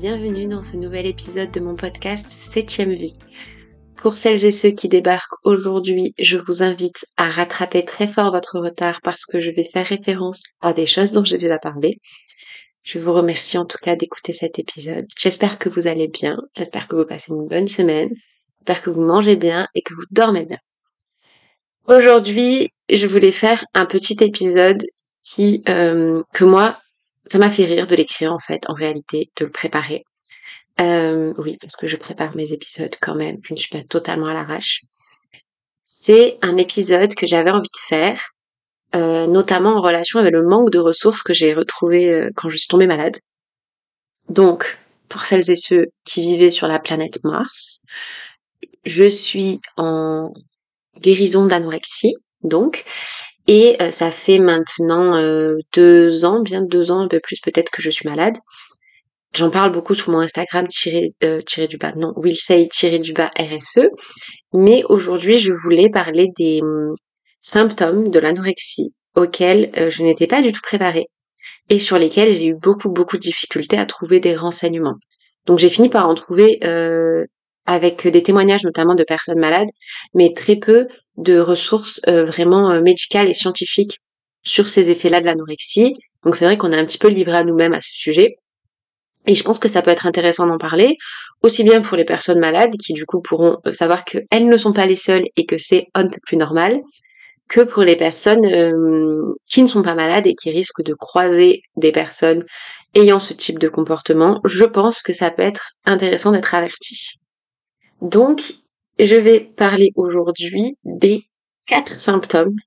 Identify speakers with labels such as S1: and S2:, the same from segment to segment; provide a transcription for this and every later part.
S1: Bienvenue dans ce nouvel épisode de mon podcast 7ème vie. Pour celles et ceux qui débarquent aujourd'hui, je vous invite à rattraper très fort votre retard parce que je vais faire référence à des choses dont j'ai déjà parlé. Je vous remercie en tout cas d'écouter cet épisode. J'espère que vous allez bien, j'espère que vous passez une bonne semaine, j'espère que vous mangez bien et que vous dormez bien. Aujourd'hui, je voulais faire un petit épisode que moi, ça m'a fait rire de l'écrire en fait, en réalité, de le préparer. Oui, parce que je prépare mes épisodes quand même, je ne suis pas totalement à l'arrache. C'est un épisode que j'avais envie de faire, notamment en relation avec le manque de ressources que j'ai retrouvé quand je suis tombée malade. Donc, pour celles et ceux qui vivaient sur la planète Mars, je suis en guérison d'anorexie, donc, et ça fait maintenant 2 ans, bien 2 ans, un peu plus peut-être que je suis malade. J'en parle beaucoup sur mon Instagram Will Say RSE. Mais aujourd'hui, je voulais parler des symptômes de l'anorexie auxquels je n'étais pas du tout préparée et sur lesquels j'ai eu beaucoup de difficultés à trouver des renseignements. Donc j'ai fini par en trouver avec des témoignages notamment de personnes malades, mais très peu de ressources vraiment médicales et scientifiques sur ces effets-là de l'anorexie. Donc c'est vrai qu'on est un petit peu livré à nous-mêmes à ce sujet. Et je pense que ça peut être intéressant d'en parler, aussi bien pour les personnes malades, qui du coup pourront savoir qu'elles ne sont pas les seules et que c'est un peu plus normal, que pour les personnes qui ne sont pas malades et qui risquent de croiser des personnes ayant ce type de comportement. Je pense que ça peut être intéressant d'être averti. Donc, je vais parler aujourd'hui des 4 symptômes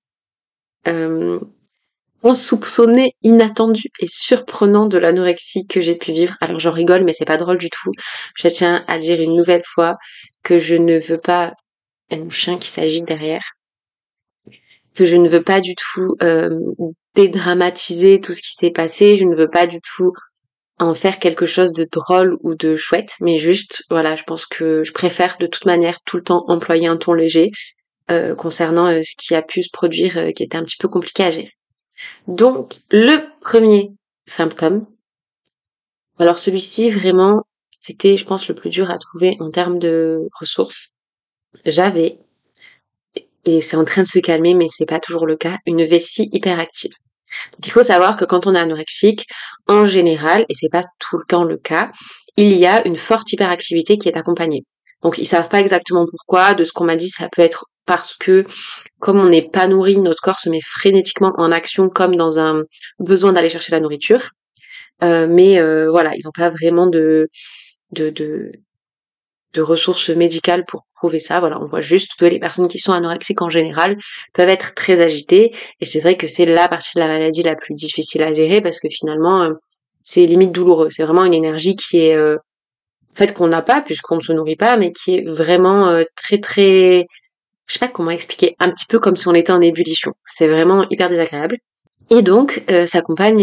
S1: insoupçonné, inattendu et surprenant de l'anorexie que j'ai pu vivre. Alors j'en rigole, mais c'est pas drôle du tout. Je tiens à dire une nouvelle fois que je ne veux pas mon chien qui s'agite derrière, que je ne veux pas du tout dédramatiser tout ce qui s'est passé. Je ne veux pas du tout en faire quelque chose de drôle ou de chouette, mais juste, voilà, je pense que je préfère de toute manière tout le temps employer un ton léger concernant ce qui a pu se produire, qui était un petit peu compliqué à gérer. Donc, le premier symptôme, alors celui-ci vraiment, c'était, je pense, le plus dur à trouver en termes de ressources. J'avais, et c'est en train de se calmer, mais c'est pas toujours le cas, une vessie hyperactive. Donc, il faut savoir que quand on est anorexique, en général, et c'est pas tout le temps le cas, il y a une forte hyperactivité qui est accompagnée. Donc, ils savent pas exactement pourquoi. De ce qu'on m'a dit, ça peut être parce que, comme on n'est pas nourri, notre corps se met frénétiquement en action, comme dans un besoin d'aller chercher la nourriture. Mais voilà, ils n'ont pas vraiment de, de, de ressources médicales pour prouver ça. Voilà, on voit juste que les personnes qui sont anorexiques en général peuvent être très agitées. Et c'est vrai que c'est la partie de la maladie la plus difficile à gérer parce que finalement, c'est limite douloureux. C'est vraiment une énergie qui est en fait qu'on n'a pas puisqu'on ne se nourrit pas, mais qui est vraiment très, je sais pas comment expliquer, un petit peu comme si on était en ébullition. C'est vraiment hyper désagréable. Et donc, s'accompagne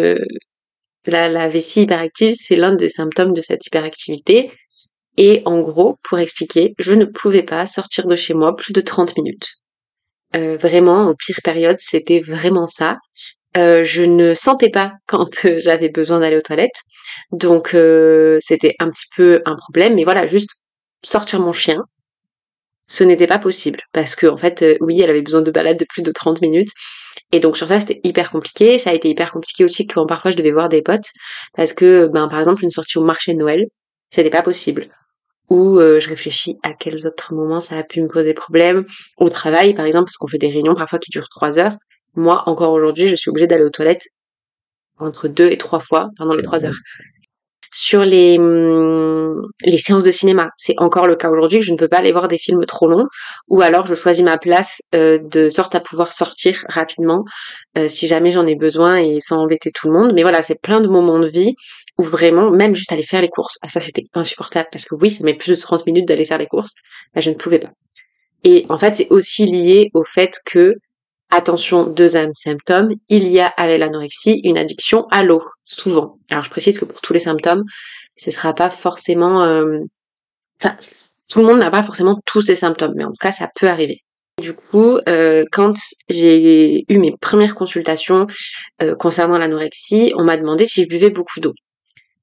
S1: la vessie hyperactive, c'est l'un des symptômes de cette hyperactivité. Et en gros, pour expliquer, je ne pouvais pas sortir de chez moi plus de 30 minutes. Vraiment, en pire période, c'était vraiment ça. Je ne sentais pas quand j'avais besoin d'aller aux toilettes. Donc, c'était un petit peu un problème. Mais voilà, juste sortir mon chien, ce n'était pas possible. Parce que, en fait, oui, elle avait besoin de balade de plus de 30 minutes. Et donc sur ça, c'était hyper compliqué. Ça a été hyper compliqué aussi quand parfois je devais voir des potes. Parce que, par exemple, une sortie au marché de Noël, c'était pas possible. Ou je réfléchis à quels autres moments ça a pu me poser problème. Au travail, par exemple, parce qu'on fait des réunions parfois qui durent 3 heures. Moi, encore aujourd'hui, je suis obligée d'aller aux toilettes entre 2 et 3 fois pendant les 3 heures. Sur les séances de cinéma, c'est encore le cas aujourd'hui que je ne peux pas aller voir des films trop longs, ou alors je choisis ma place de sorte à pouvoir sortir rapidement si jamais j'en ai besoin et sans embêter tout le monde. Mais voilà, c'est plein de moments de vie où vraiment, même juste aller faire les courses, ça c'était insupportable parce que oui, ça met plus de 30 minutes d'aller faire les courses, je ne pouvais pas. Et en fait, c'est aussi lié au fait que attention, deuxième symptôme, il y a avec l'anorexie une addiction à l'eau, souvent. Alors je précise que pour tous les symptômes, ce sera pas forcément... Enfin, tout le monde n'a pas forcément tous ces symptômes, mais en tout cas, ça peut arriver. Du coup, quand j'ai eu mes premières consultations concernant l'anorexie, on m'a demandé si je buvais beaucoup d'eau.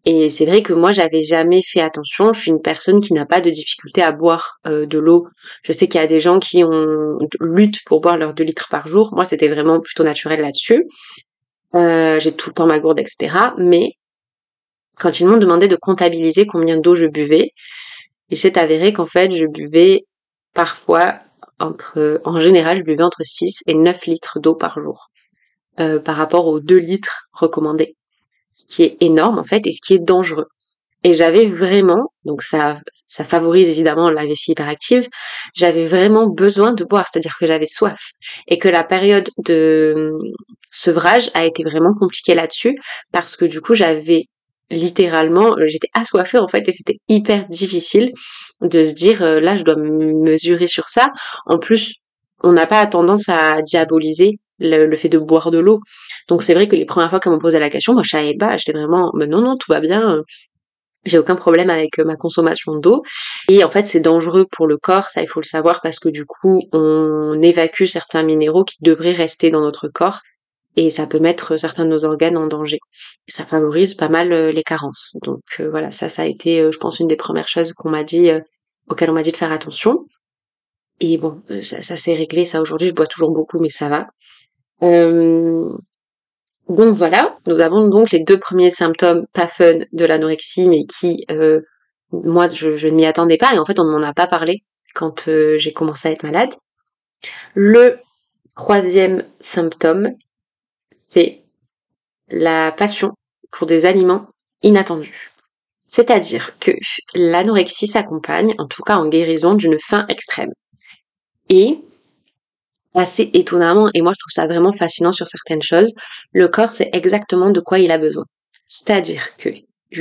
S1: Et c'est vrai que moi, j'avais jamais fait attention. Je suis une personne qui n'a pas de difficulté à boire de l'eau. Je sais qu'il y a des gens qui luttent pour boire leurs 2 litres par jour. Moi, c'était vraiment plutôt naturel là-dessus. J'ai tout le temps ma gourde, etc. Mais quand ils m'ont demandé de comptabiliser combien d'eau je buvais, il s'est avéré qu'en fait, je buvais parfois en général, je buvais entre 6 et 9 litres d'eau par jour, par rapport aux 2 litres recommandés. Ce qui est énorme, en fait, et ce qui est dangereux. Et j'avais vraiment, donc ça favorise évidemment la vessie hyperactive, j'avais vraiment besoin de boire, c'est-à-dire que j'avais soif. Et que la période de sevrage a été vraiment compliquée là-dessus, parce que du coup j'avais littéralement, j'étais assoiffée en fait, et c'était hyper difficile de se dire, là je dois me mesurer sur ça. En plus, on n'a pas tendance à diaboliser le fait de boire de l'eau. Donc c'est vrai que les premières fois qu'on me posait la question, moi je savais pas, j'étais vraiment, mais non, non, tout va bien, j'ai aucun problème avec ma consommation d'eau. Et en fait, c'est dangereux pour le corps, ça il faut le savoir, parce que du coup, on évacue certains minéraux qui devraient rester dans notre corps et ça peut mettre certains de nos organes en danger. Et ça favorise pas mal les carences. Donc voilà, ça a été, je pense, une des premières choses qu'on m'a dit, auxquelles on m'a dit de faire attention. Et bon, ça s'est réglé, ça aujourd'hui, je bois toujours beaucoup, mais ça va. Euh, donc voilà, nous avons donc les 2 premiers symptômes pas fun de l'anorexie, mais qui, moi, je ne m'y attendais pas et en fait, on ne m'en a pas parlé quand j'ai commencé à être malade. Le troisième symptôme, c'est la passion pour des aliments inattendus. C'est-à-dire que l'anorexie s'accompagne, en tout cas en guérison, d'une faim extrême. Et assez étonnamment, et moi je trouve ça vraiment fascinant sur certaines choses, le corps sait exactement de quoi il a besoin. C'est-à-dire que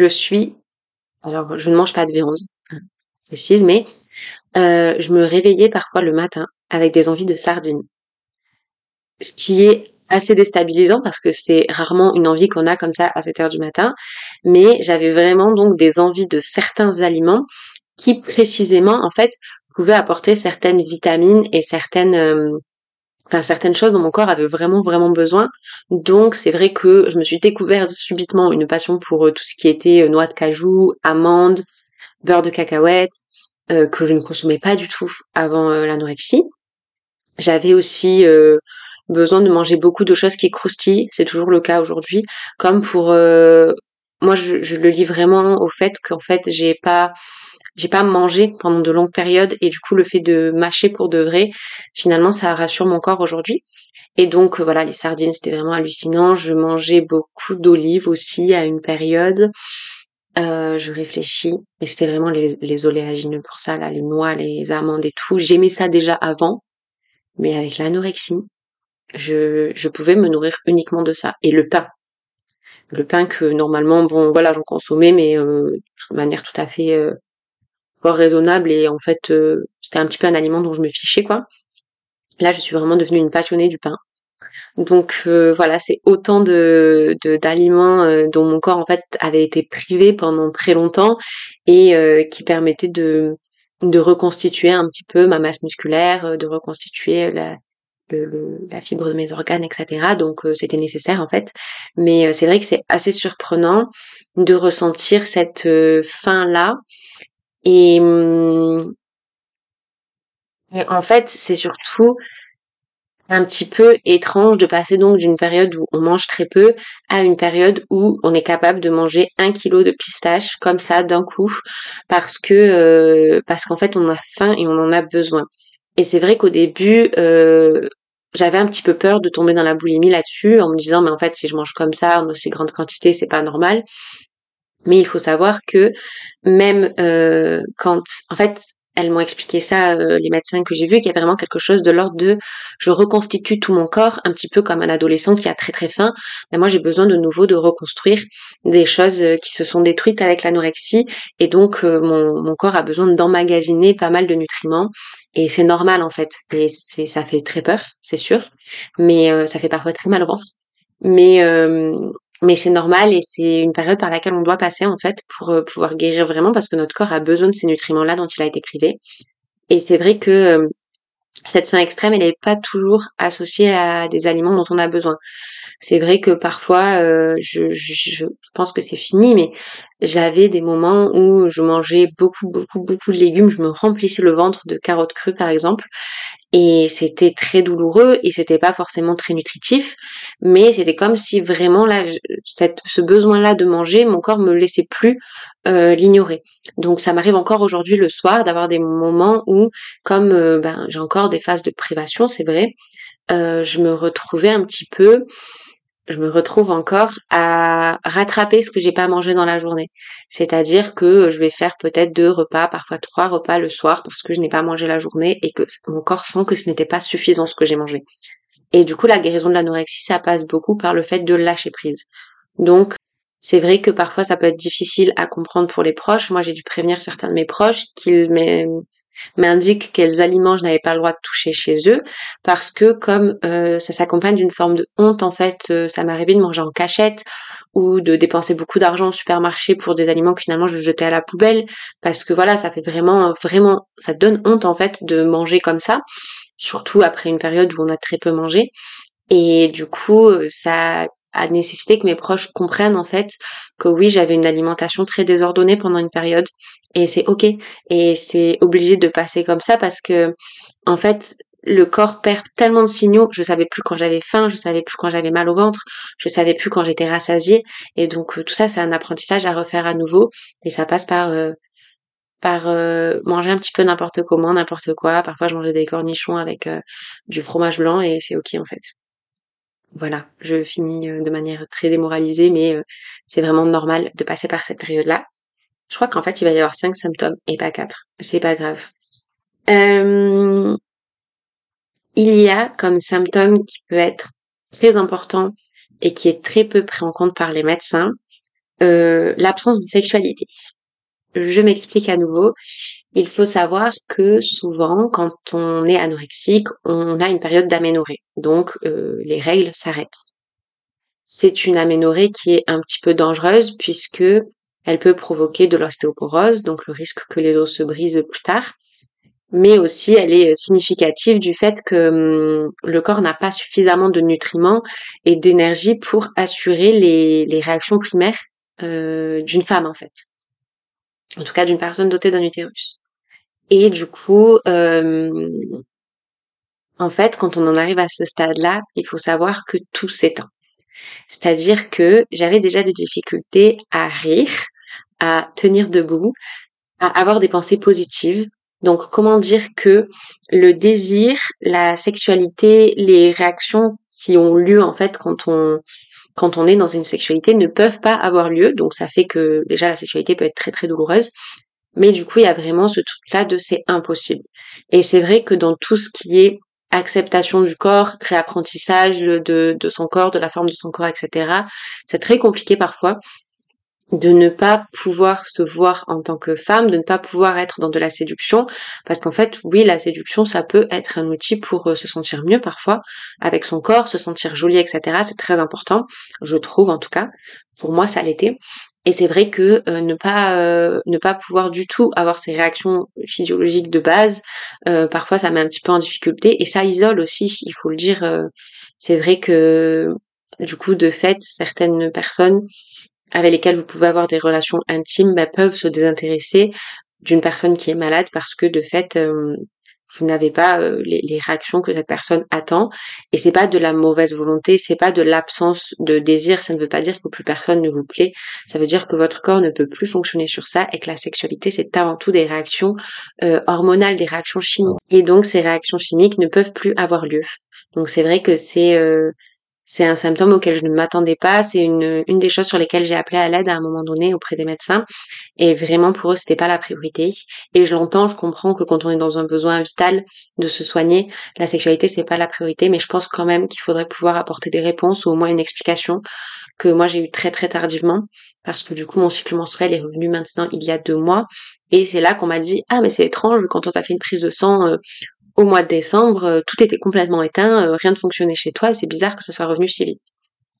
S1: alors je ne mange pas de viande, hein, je précise, mais je me réveillais parfois le matin avec des envies de sardines. Ce qui est assez déstabilisant parce que c'est rarement une envie qu'on a comme ça à 7 heures du matin, mais j'avais vraiment donc des envies de certains aliments qui précisément en fait pouvaient apporter certaines vitamines et certaines choses dont mon corps avait vraiment vraiment besoin. Donc c'est vrai que je me suis découvert subitement une passion pour tout ce qui était noix de cajou, amandes, beurre de cacahuète, que je ne consommais pas du tout avant l'anorexie. J'avais aussi besoin de manger beaucoup de choses qui croustillent, c'est toujours le cas aujourd'hui, comme pour moi je le lis vraiment au fait qu'en fait j'ai pas mangé pendant de longues périodes et du coup le fait de mâcher pour de vrai, finalement ça rassure mon corps aujourd'hui. Et donc voilà, les sardines c'était vraiment hallucinant. Je mangeais beaucoup d'olives aussi à une période. Je réfléchis, mais c'était vraiment les oléagineux pour ça, là, les noix, les amandes et tout. J'aimais ça déjà avant, mais avec l'anorexie, je pouvais me nourrir uniquement de ça. Et le pain. Le pain que normalement, bon voilà, j'en consommais, mais de manière tout à fait fort raisonnable et en fait c'était un petit peu un aliment dont je me fichais quoi. Là je suis vraiment devenue une passionnée du pain. Donc voilà, c'est autant d'aliments dont mon corps en fait avait été privé pendant très longtemps et qui permettaient de reconstituer un petit peu ma masse musculaire, de reconstituer la fibre de mes organes, etc. Donc c'était nécessaire en fait. Mais c'est vrai que c'est assez surprenant de ressentir cette faim-là. Et, et en fait, c'est surtout un petit peu étrange de passer donc d'une période où on mange très peu à une période où on est capable de manger 1 kilo de pistaches comme ça d'un coup parce qu'en fait on a faim et on en a besoin. Et c'est vrai qu'au début j'avais un petit peu peur de tomber dans la boulimie là-dessus en me disant mais en fait si je mange comme ça en aussi grande quantité c'est pas normal. Mais il faut savoir que même quand, en fait, elles m'ont expliqué ça, les médecins que j'ai vus, qu'il y avait vraiment quelque chose de l'ordre de je reconstitue tout mon corps, un petit peu comme un adolescent qui a très très faim. Mais moi, j'ai besoin de nouveau de reconstruire des choses qui se sont détruites avec l'anorexie. Et donc, mon corps a besoin d'emmagasiner pas mal de nutriments. Et c'est normal, en fait. Et ça fait très peur, c'est sûr. Mais ça fait parfois très mal au ventre. Mais mais c'est normal et c'est une période par laquelle on doit passer en fait pour pouvoir guérir vraiment parce que notre corps a besoin de ces nutriments-là dont il a été privé. Et c'est vrai que cette faim extrême, elle n'est pas toujours associée à des aliments dont on a besoin. C'est vrai que parfois, je pense que c'est fini, mais j'avais des moments où je mangeais beaucoup de légumes, je me remplissais le ventre de carottes crues par exemple, et c'était très douloureux et c'était pas forcément très nutritif, mais c'était comme si vraiment là, ce besoin-là de manger, mon corps me laissait plus l'ignorer. Donc ça m'arrive encore aujourd'hui le soir d'avoir des moments où, comme j'ai encore des phases de privation, c'est vrai, je me retrouvais un petit peu je me retrouve encore à rattraper ce que j'ai pas mangé dans la journée. C'est-à-dire que je vais faire peut-être 2 repas, parfois 3 repas le soir parce que je n'ai pas mangé la journée et que mon corps sent que ce n'était pas suffisant ce que j'ai mangé. Et du coup, la guérison de l'anorexie, ça passe beaucoup par le fait de lâcher prise. Donc, c'est vrai que parfois ça peut être difficile à comprendre pour les proches. Moi, j'ai dû prévenir certains de mes proches qu'ils m'indique quels aliments je n'avais pas le droit de toucher chez eux parce que comme ça s'accompagne d'une forme de honte en fait, ça m'est arrivé de manger en cachette ou de dépenser beaucoup d'argent au supermarché pour des aliments que finalement je jetais à la poubelle parce que voilà, ça fait vraiment ça donne honte en fait de manger comme ça, surtout après une période où on a très peu mangé et du coup, ça a nécessité que mes proches comprennent en fait que oui, j'avais une alimentation très désordonnée pendant une période et c'est OK et c'est obligé de passer comme ça parce que en fait, le corps perd tellement de signaux, je savais plus quand j'avais faim, je savais plus quand j'avais mal au ventre, je savais plus quand j'étais rassasiée et donc tout ça c'est un apprentissage à refaire à nouveau et ça passe par manger un petit peu n'importe comment, n'importe quoi. Parfois je mangeais des cornichons avec du fromage blanc et c'est OK en fait. Voilà, je finis de manière très démoralisée, mais c'est vraiment normal de passer par cette période-là. Je crois qu'en fait, il va y avoir 5 symptômes et pas 4. C'est pas grave. Euh, il y a comme symptôme qui peut être très important et qui est très peu pris en compte par les médecins, l'absence de sexualité. Je m'explique à nouveau. Il faut savoir que souvent, quand on est anorexique, on a une période d'aménorrhée. Donc, les règles s'arrêtent. C'est une aménorrhée qui est un petit peu dangereuse puisque elle peut provoquer de l'ostéoporose, donc le risque que les os se brisent plus tard. Mais aussi, elle est significative du fait que le corps n'a pas suffisamment de nutriments et d'énergie pour assurer les réactions primaires d'une femme, en fait. En tout cas, d'une personne dotée d'un utérus. Et du coup, en fait, quand on en arrive à ce stade-là, il faut savoir que tout s'éteint. C'est-à-dire que j'avais déjà des difficultés à rire, à tenir debout, à avoir des pensées positives. Donc, comment dire que le désir, la sexualité, les réactions qui ont lieu en fait quand on est dans une sexualité ne peuvent pas avoir lieu. Donc, ça fait que déjà la sexualité peut être très très douloureuse. Mais du coup, il y a vraiment ce truc-là de c'est impossible. Et c'est vrai que dans tout ce qui est acceptation du corps, réapprentissage de son corps, de la forme de son corps, etc., c'est très compliqué parfois de ne pas pouvoir se voir en tant que femme, de ne pas pouvoir être dans de la séduction, parce qu'en fait, oui, la séduction, ça peut être un outil pour se sentir mieux parfois avec son corps, se sentir jolie, etc. C'est très important, je trouve en tout cas. Pour moi, ça l'était. Et c'est vrai que ne pas pouvoir du tout avoir ces réactions physiologiques de base, parfois ça met un petit peu en difficulté et ça isole aussi, il faut le dire. C'est vrai que du coup, de fait, certaines personnes avec lesquels vous pouvez avoir des relations intimes peuvent se désintéresser d'une personne qui est malade parce que de fait vous n'avez pas les réactions que cette personne attend et c'est pas de la mauvaise volonté, c'est pas de l'absence de désir, ça ne veut pas dire que plus personne ne vous plaît, ça veut dire que votre corps ne peut plus fonctionner sur ça et que la sexualité c'est avant tout des réactions hormonales, des réactions chimiques et donc ces réactions chimiques ne peuvent plus avoir lieu. Donc c'est vrai que c'est un symptôme auquel je ne m'attendais pas. C'est une des choses sur lesquelles j'ai appelé à l'aide à un moment donné auprès des médecins. Et vraiment, pour eux, c'était pas la priorité. Et je l'entends, je comprends que quand on est dans un besoin vital de se soigner, la sexualité, c'est pas la priorité. Mais je pense quand même qu'il faudrait pouvoir apporter des réponses ou au moins une explication que moi, j'ai eu très, très tardivement. Parce que du coup, mon cycle menstruel est revenu maintenant il y a 2 mois. Et c'est là qu'on m'a dit, ah, mais c'est étrange, quand on t'a fait une prise de sang, au mois de décembre, tout était complètement éteint, rien ne fonctionnait chez toi et c'est bizarre que ça soit revenu si vite.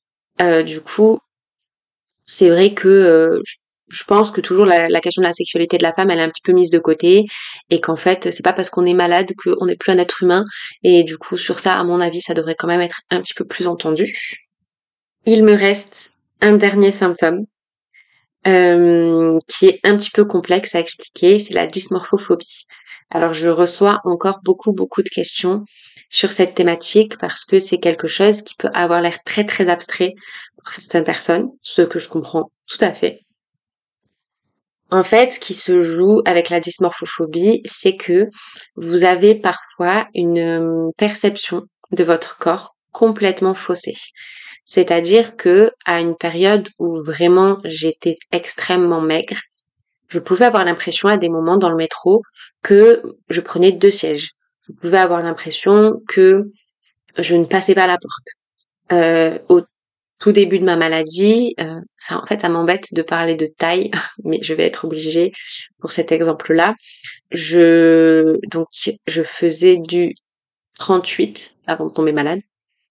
S1: Du coup, c'est vrai que je pense que toujours la question de la sexualité de la femme, elle est un petit peu mise de côté et qu'en fait, c'est pas parce qu'on est malade qu'on n'est plus un être humain et du coup, sur ça, à mon avis, ça devrait quand même être un petit peu plus entendu. Il me reste un dernier symptôme qui est un petit peu complexe à expliquer, c'est la dysmorphophobie. Alors je reçois encore beaucoup de questions sur cette thématique parce que c'est quelque chose qui peut avoir l'air très très abstrait pour certaines personnes, ce que je comprends tout à fait. En fait, ce qui se joue avec la dysmorphophobie, c'est que vous avez parfois une perception de votre corps complètement faussée. C'est-à-dire que à une période où vraiment j'étais extrêmement maigre, je pouvais avoir l'impression à des moments dans le métro que je prenais 2 sièges. Je pouvais avoir l'impression que je ne passais pas la porte. Au tout début de ma maladie, ça en fait ça m'embête de parler de taille, mais je vais être obligée pour cet exemple-là. Je faisais du 38 avant de tomber malade.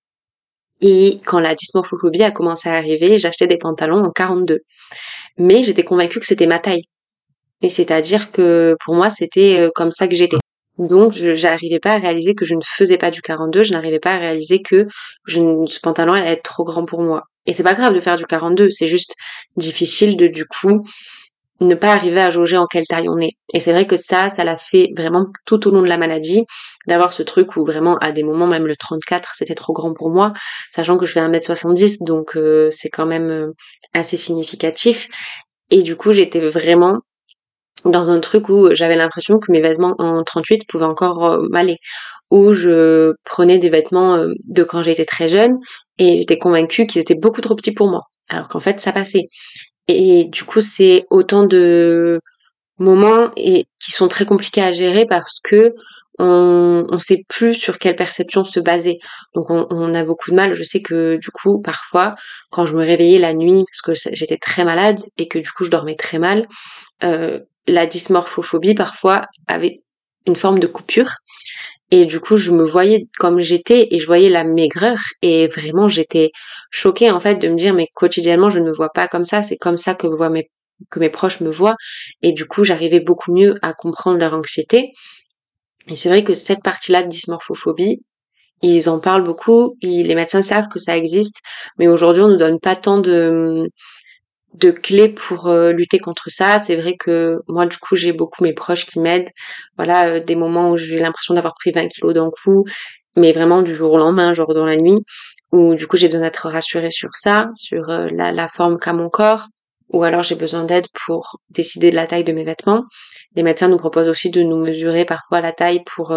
S1: Et quand la dysmorphophobie a commencé à arriver, j'achetais des pantalons en 42. Mais j'étais convaincue que c'était ma taille. Et c'est-à-dire que pour moi, c'était comme ça que j'étais. Donc, j'arrivais pas à réaliser que je ne faisais pas du 42, je n'arrivais pas à réaliser que ce pantalon allait être trop grand pour moi. Et c'est pas grave de faire du 42, c'est juste difficile de, du coup, ne pas arriver à jauger en quelle taille on est. Et c'est vrai que ça l'a fait vraiment tout au long de la maladie, d'avoir ce truc où vraiment, à des moments, même le 34, c'était trop grand pour moi, sachant que je fais 1m70, donc c'est quand même assez significatif. Et du coup, j'étais vraiment dans un truc où j'avais l'impression que mes vêtements en 38 pouvaient encore m'aller. Où je prenais des vêtements de quand j'étais très jeune et j'étais convaincue qu'ils étaient beaucoup trop petits pour moi. Alors qu'en fait, ça passait. Et du coup, c'est autant de moments et qui sont très compliqués à gérer parce que on sait plus sur quelle perception se baser. Donc on a beaucoup de mal. Je sais que du coup, parfois, quand je me réveillais la nuit, parce que j'étais très malade et que du coup je dormais très mal, la dysmorphophobie parfois avait une forme de coupure. Et du coup, je me voyais comme j'étais et je voyais la maigreur et vraiment j'étais choquée en fait de me dire mais quotidiennement je ne me vois pas comme ça, c'est comme ça que mes proches me voient et du coup, j'arrivais beaucoup mieux à comprendre leur anxiété. Et c'est vrai que cette partie-là de dysmorphophobie, ils en parlent beaucoup, les médecins savent que ça existe, mais aujourd'hui, on ne donne pas tant de clés pour lutter contre ça. C'est vrai que moi, du coup, j'ai beaucoup mes proches qui m'aident. Voilà, des moments où j'ai l'impression d'avoir pris 20 kilos d'un coup, mais vraiment du jour au lendemain, genre dans la nuit, où du coup, j'ai besoin d'être rassurée sur ça, sur la forme qu'a mon corps, ou alors j'ai besoin d'aide pour décider de la taille de mes vêtements. Les médecins nous proposent aussi de nous mesurer parfois la taille pour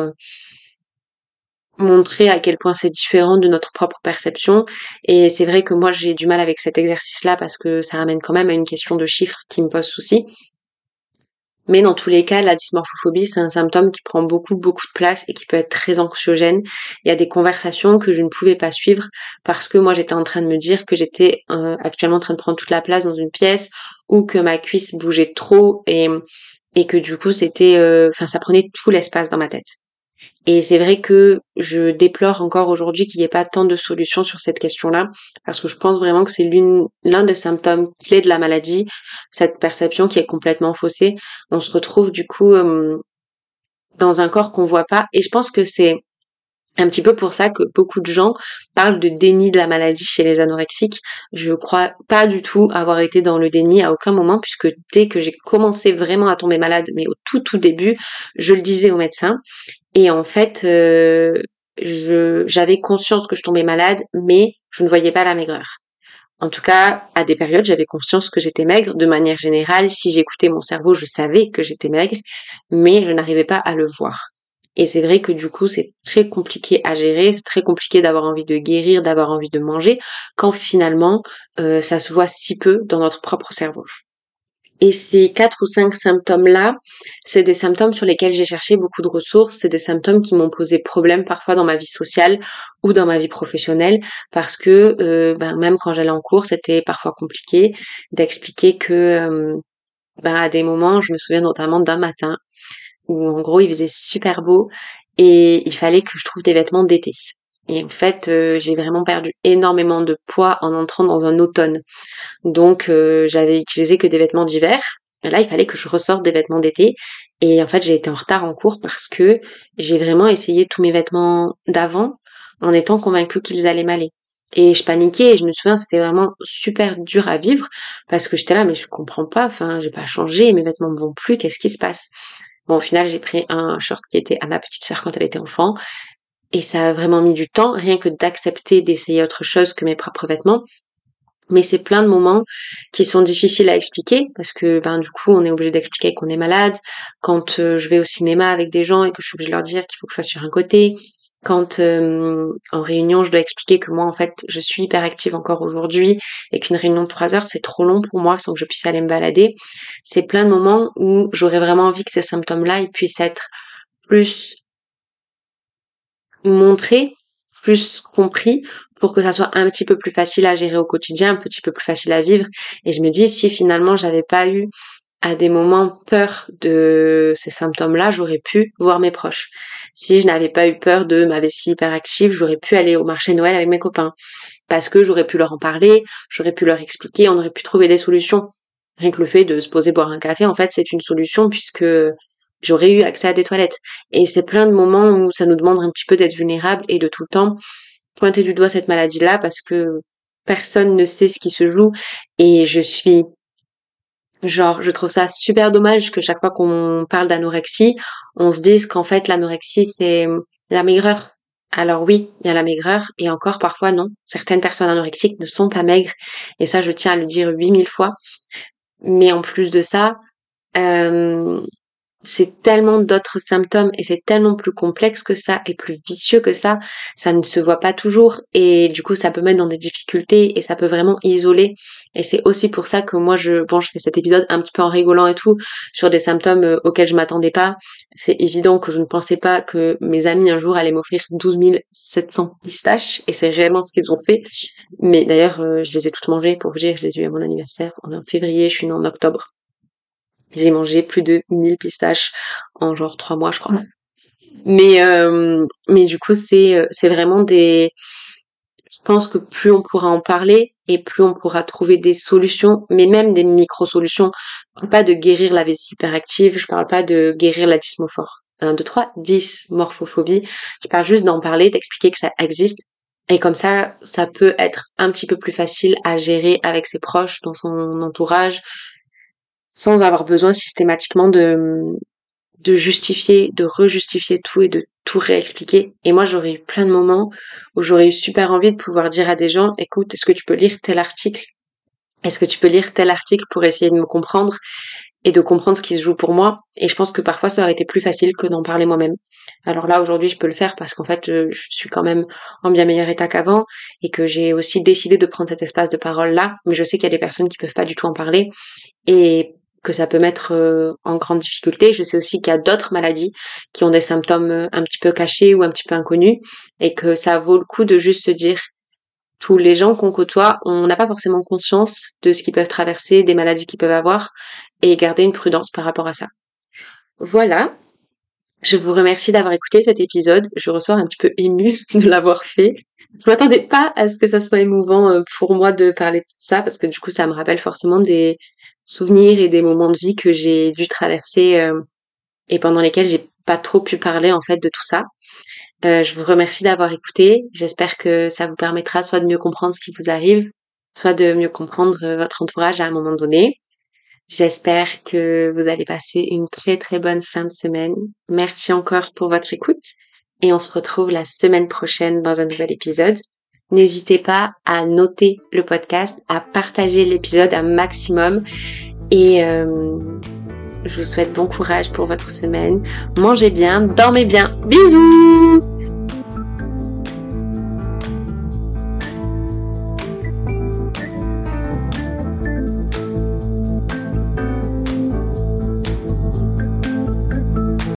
S1: montrer à quel point c'est différent de notre propre perception. Et c'est vrai que moi, j'ai du mal avec cet exercice-là parce que ça ramène quand même à une question de chiffres qui me pose souci. Mais dans tous les cas, la dysmorphophobie, c'est un symptôme qui prend beaucoup de place et qui peut être très anxiogène. Il y a des conversations que je ne pouvais pas suivre parce que moi, j'étais en train de me dire que j'étais actuellement en train de prendre toute la place dans une pièce ou que ma cuisse bougeait trop et que du coup, c'était, enfin, ça prenait tout l'espace dans ma tête. Et c'est vrai que je déplore encore aujourd'hui qu'il n'y ait pas tant de solutions sur cette question-là, parce que je pense vraiment que c'est l'un des symptômes clés de la maladie, cette perception qui est complètement faussée. On se retrouve du coup dans un corps qu'on voit pas, et je pense que c'est un petit peu pour ça que beaucoup de gens parlent de déni de la maladie chez les anorexiques. Je crois pas du tout avoir été dans le déni à aucun moment, puisque dès que j'ai commencé vraiment à tomber malade, mais au tout début, je le disais au médecin. Et en fait, j'avais conscience que je tombais malade, mais je ne voyais pas la maigreur. En tout cas, à des périodes, j'avais conscience que j'étais maigre. De manière générale, si j'écoutais mon cerveau, je savais que j'étais maigre, mais je n'arrivais pas à le voir. Et c'est vrai que du coup, c'est très compliqué à gérer, c'est très compliqué d'avoir envie de guérir, d'avoir envie de manger, quand finalement, ça se voit si peu dans notre propre cerveau. Et ces 4 ou 5 symptômes-là, c'est des symptômes sur lesquels j'ai cherché beaucoup de ressources. C'est des symptômes qui m'ont posé problème parfois dans ma vie sociale ou dans ma vie professionnelle parce que même quand j'allais en cours, c'était parfois compliqué d'expliquer que à des moments, je me souviens notamment d'un matin où en gros il faisait super beau et il fallait que je trouve des vêtements d'été. Et en fait, j'ai vraiment perdu énormément de poids en entrant dans un automne. Donc j'avais utilisé que des vêtements d'hiver. Et là, il fallait que je ressorte des vêtements d'été. Et en fait, j'ai été en retard en cours parce que j'ai vraiment essayé tous mes vêtements d'avant en étant convaincue qu'ils allaient m'aller. Et je paniquais et je me souviens, c'était vraiment super dur à vivre parce que j'étais là, mais je comprends pas, enfin, j'ai pas changé, mes vêtements me vont plus, qu'est-ce qui se passe? Bon, au final, j'ai pris un short qui était à ma petite sœur quand elle était enfant et ça a vraiment mis du temps, rien que d'accepter d'essayer autre chose que mes propres vêtements. Mais c'est plein de moments qui sont difficiles à expliquer parce que ben du coup on est obligé d'expliquer qu'on est malade. Quand je vais au cinéma avec des gens et que je suis obligée de leur dire qu'il faut que je sois sur un côté. Quand en réunion je dois expliquer que moi en fait je suis hyper active encore aujourd'hui et qu'une réunion de 3 heures c'est trop long pour moi sans que je puisse aller me balader. C'est plein de moments où j'aurais vraiment envie que ces symptômes-là ils puissent être plus montré, plus compris, pour que ça soit un petit peu plus facile à gérer au quotidien, un petit peu plus facile à vivre. Et je me dis, si finalement j'avais pas eu à des moments peur de ces symptômes-là, j'aurais pu voir mes proches. Si je n'avais pas eu peur de ma vessie hyperactive, j'aurais pu aller au marché Noël avec mes copains. Parce que j'aurais pu leur en parler, j'aurais pu leur expliquer, on aurait pu trouver des solutions. Rien que le fait de se poser boire un café, en fait, c'est une solution puisque j'aurais eu accès à des toilettes. Et c'est plein de moments où ça nous demande un petit peu d'être vulnérable et de tout le temps pointer du doigt cette maladie-là parce que personne ne sait ce qui se joue et je trouve ça super dommage que chaque fois qu'on parle d'anorexie, on se dise qu'en fait l'anorexie c'est la maigreur. Alors oui, il y a la maigreur et encore parfois non. Certaines personnes anorexiques ne sont pas maigres et ça je tiens à le dire 8000 fois. Mais en plus de ça, euh, c'est tellement d'autres symptômes et c'est tellement plus complexe que ça et plus vicieux que ça ne se voit pas toujours et du coup ça peut mettre dans des difficultés et ça peut vraiment isoler et c'est aussi pour ça que moi je fais cet épisode un petit peu en rigolant et tout sur des symptômes auxquels je m'attendais pas. C'est évident que je ne pensais pas que mes amis un jour allaient m'offrir 12 700 pistaches et c'est réellement ce qu'ils ont fait. Mais d'ailleurs je les ai toutes mangées pour vous dire, je les ai eues à mon anniversaire. On est en février, je suis née en octobre. J'ai mangé plus de 1000 pistaches en genre 3 mois, je crois. Mais du coup, c'est vraiment je pense que plus on pourra en parler et plus on pourra trouver des solutions, mais même des micro-solutions. Je parle pas de guérir la vessie hyperactive, je parle pas de guérir la dysmorphophobie. Je parle juste d'en parler, d'expliquer que ça existe. Et comme ça peut être un petit peu plus facile à gérer avec ses proches, dans son entourage, sans avoir besoin systématiquement de justifier, de rejustifier tout et de tout réexpliquer. Et moi, j'aurais eu plein de moments où j'aurais eu super envie de pouvoir dire à des gens, écoute, est-ce que tu peux lire tel article? Est-ce que tu peux lire tel article pour essayer de me comprendre et de comprendre ce qui se joue pour moi? Et je pense que parfois, ça aurait été plus facile que d'en parler moi-même. Alors là, aujourd'hui, je peux le faire parce qu'en fait, je suis quand même en bien meilleur état qu'avant et que j'ai aussi décidé de prendre cet espace de parole-là. Mais je sais qu'il y a des personnes qui peuvent pas du tout en parler. Et que ça peut mettre en grande difficulté. Je sais aussi qu'il y a d'autres maladies qui ont des symptômes un petit peu cachés ou un petit peu inconnus et que ça vaut le coup de juste se dire tous les gens qu'on côtoie, on n'a pas forcément conscience de ce qu'ils peuvent traverser, des maladies qu'ils peuvent avoir et garder une prudence par rapport à ça. Voilà. Je vous remercie d'avoir écouté cet épisode. Je ressors un petit peu émue de l'avoir fait. Je m'attendais pas à ce que ça soit émouvant pour moi de parler de tout ça parce que du coup ça me rappelle forcément des souvenirs et des moments de vie que j'ai dû traverser et pendant lesquels j'ai pas trop pu parler en fait de tout ça. Je vous remercie d'avoir écouté. J'espère que ça vous permettra soit de mieux comprendre ce qui vous arrive, soit de mieux comprendre votre entourage à un moment donné. J'espère que vous allez passer une très très bonne fin de semaine. Merci encore pour votre écoute et on se retrouve la semaine prochaine dans un nouvel épisode. N'hésitez pas à noter le podcast, à partager l'épisode un maximum et je vous souhaite bon courage pour votre semaine. Mangez bien, dormez bien. Bisous!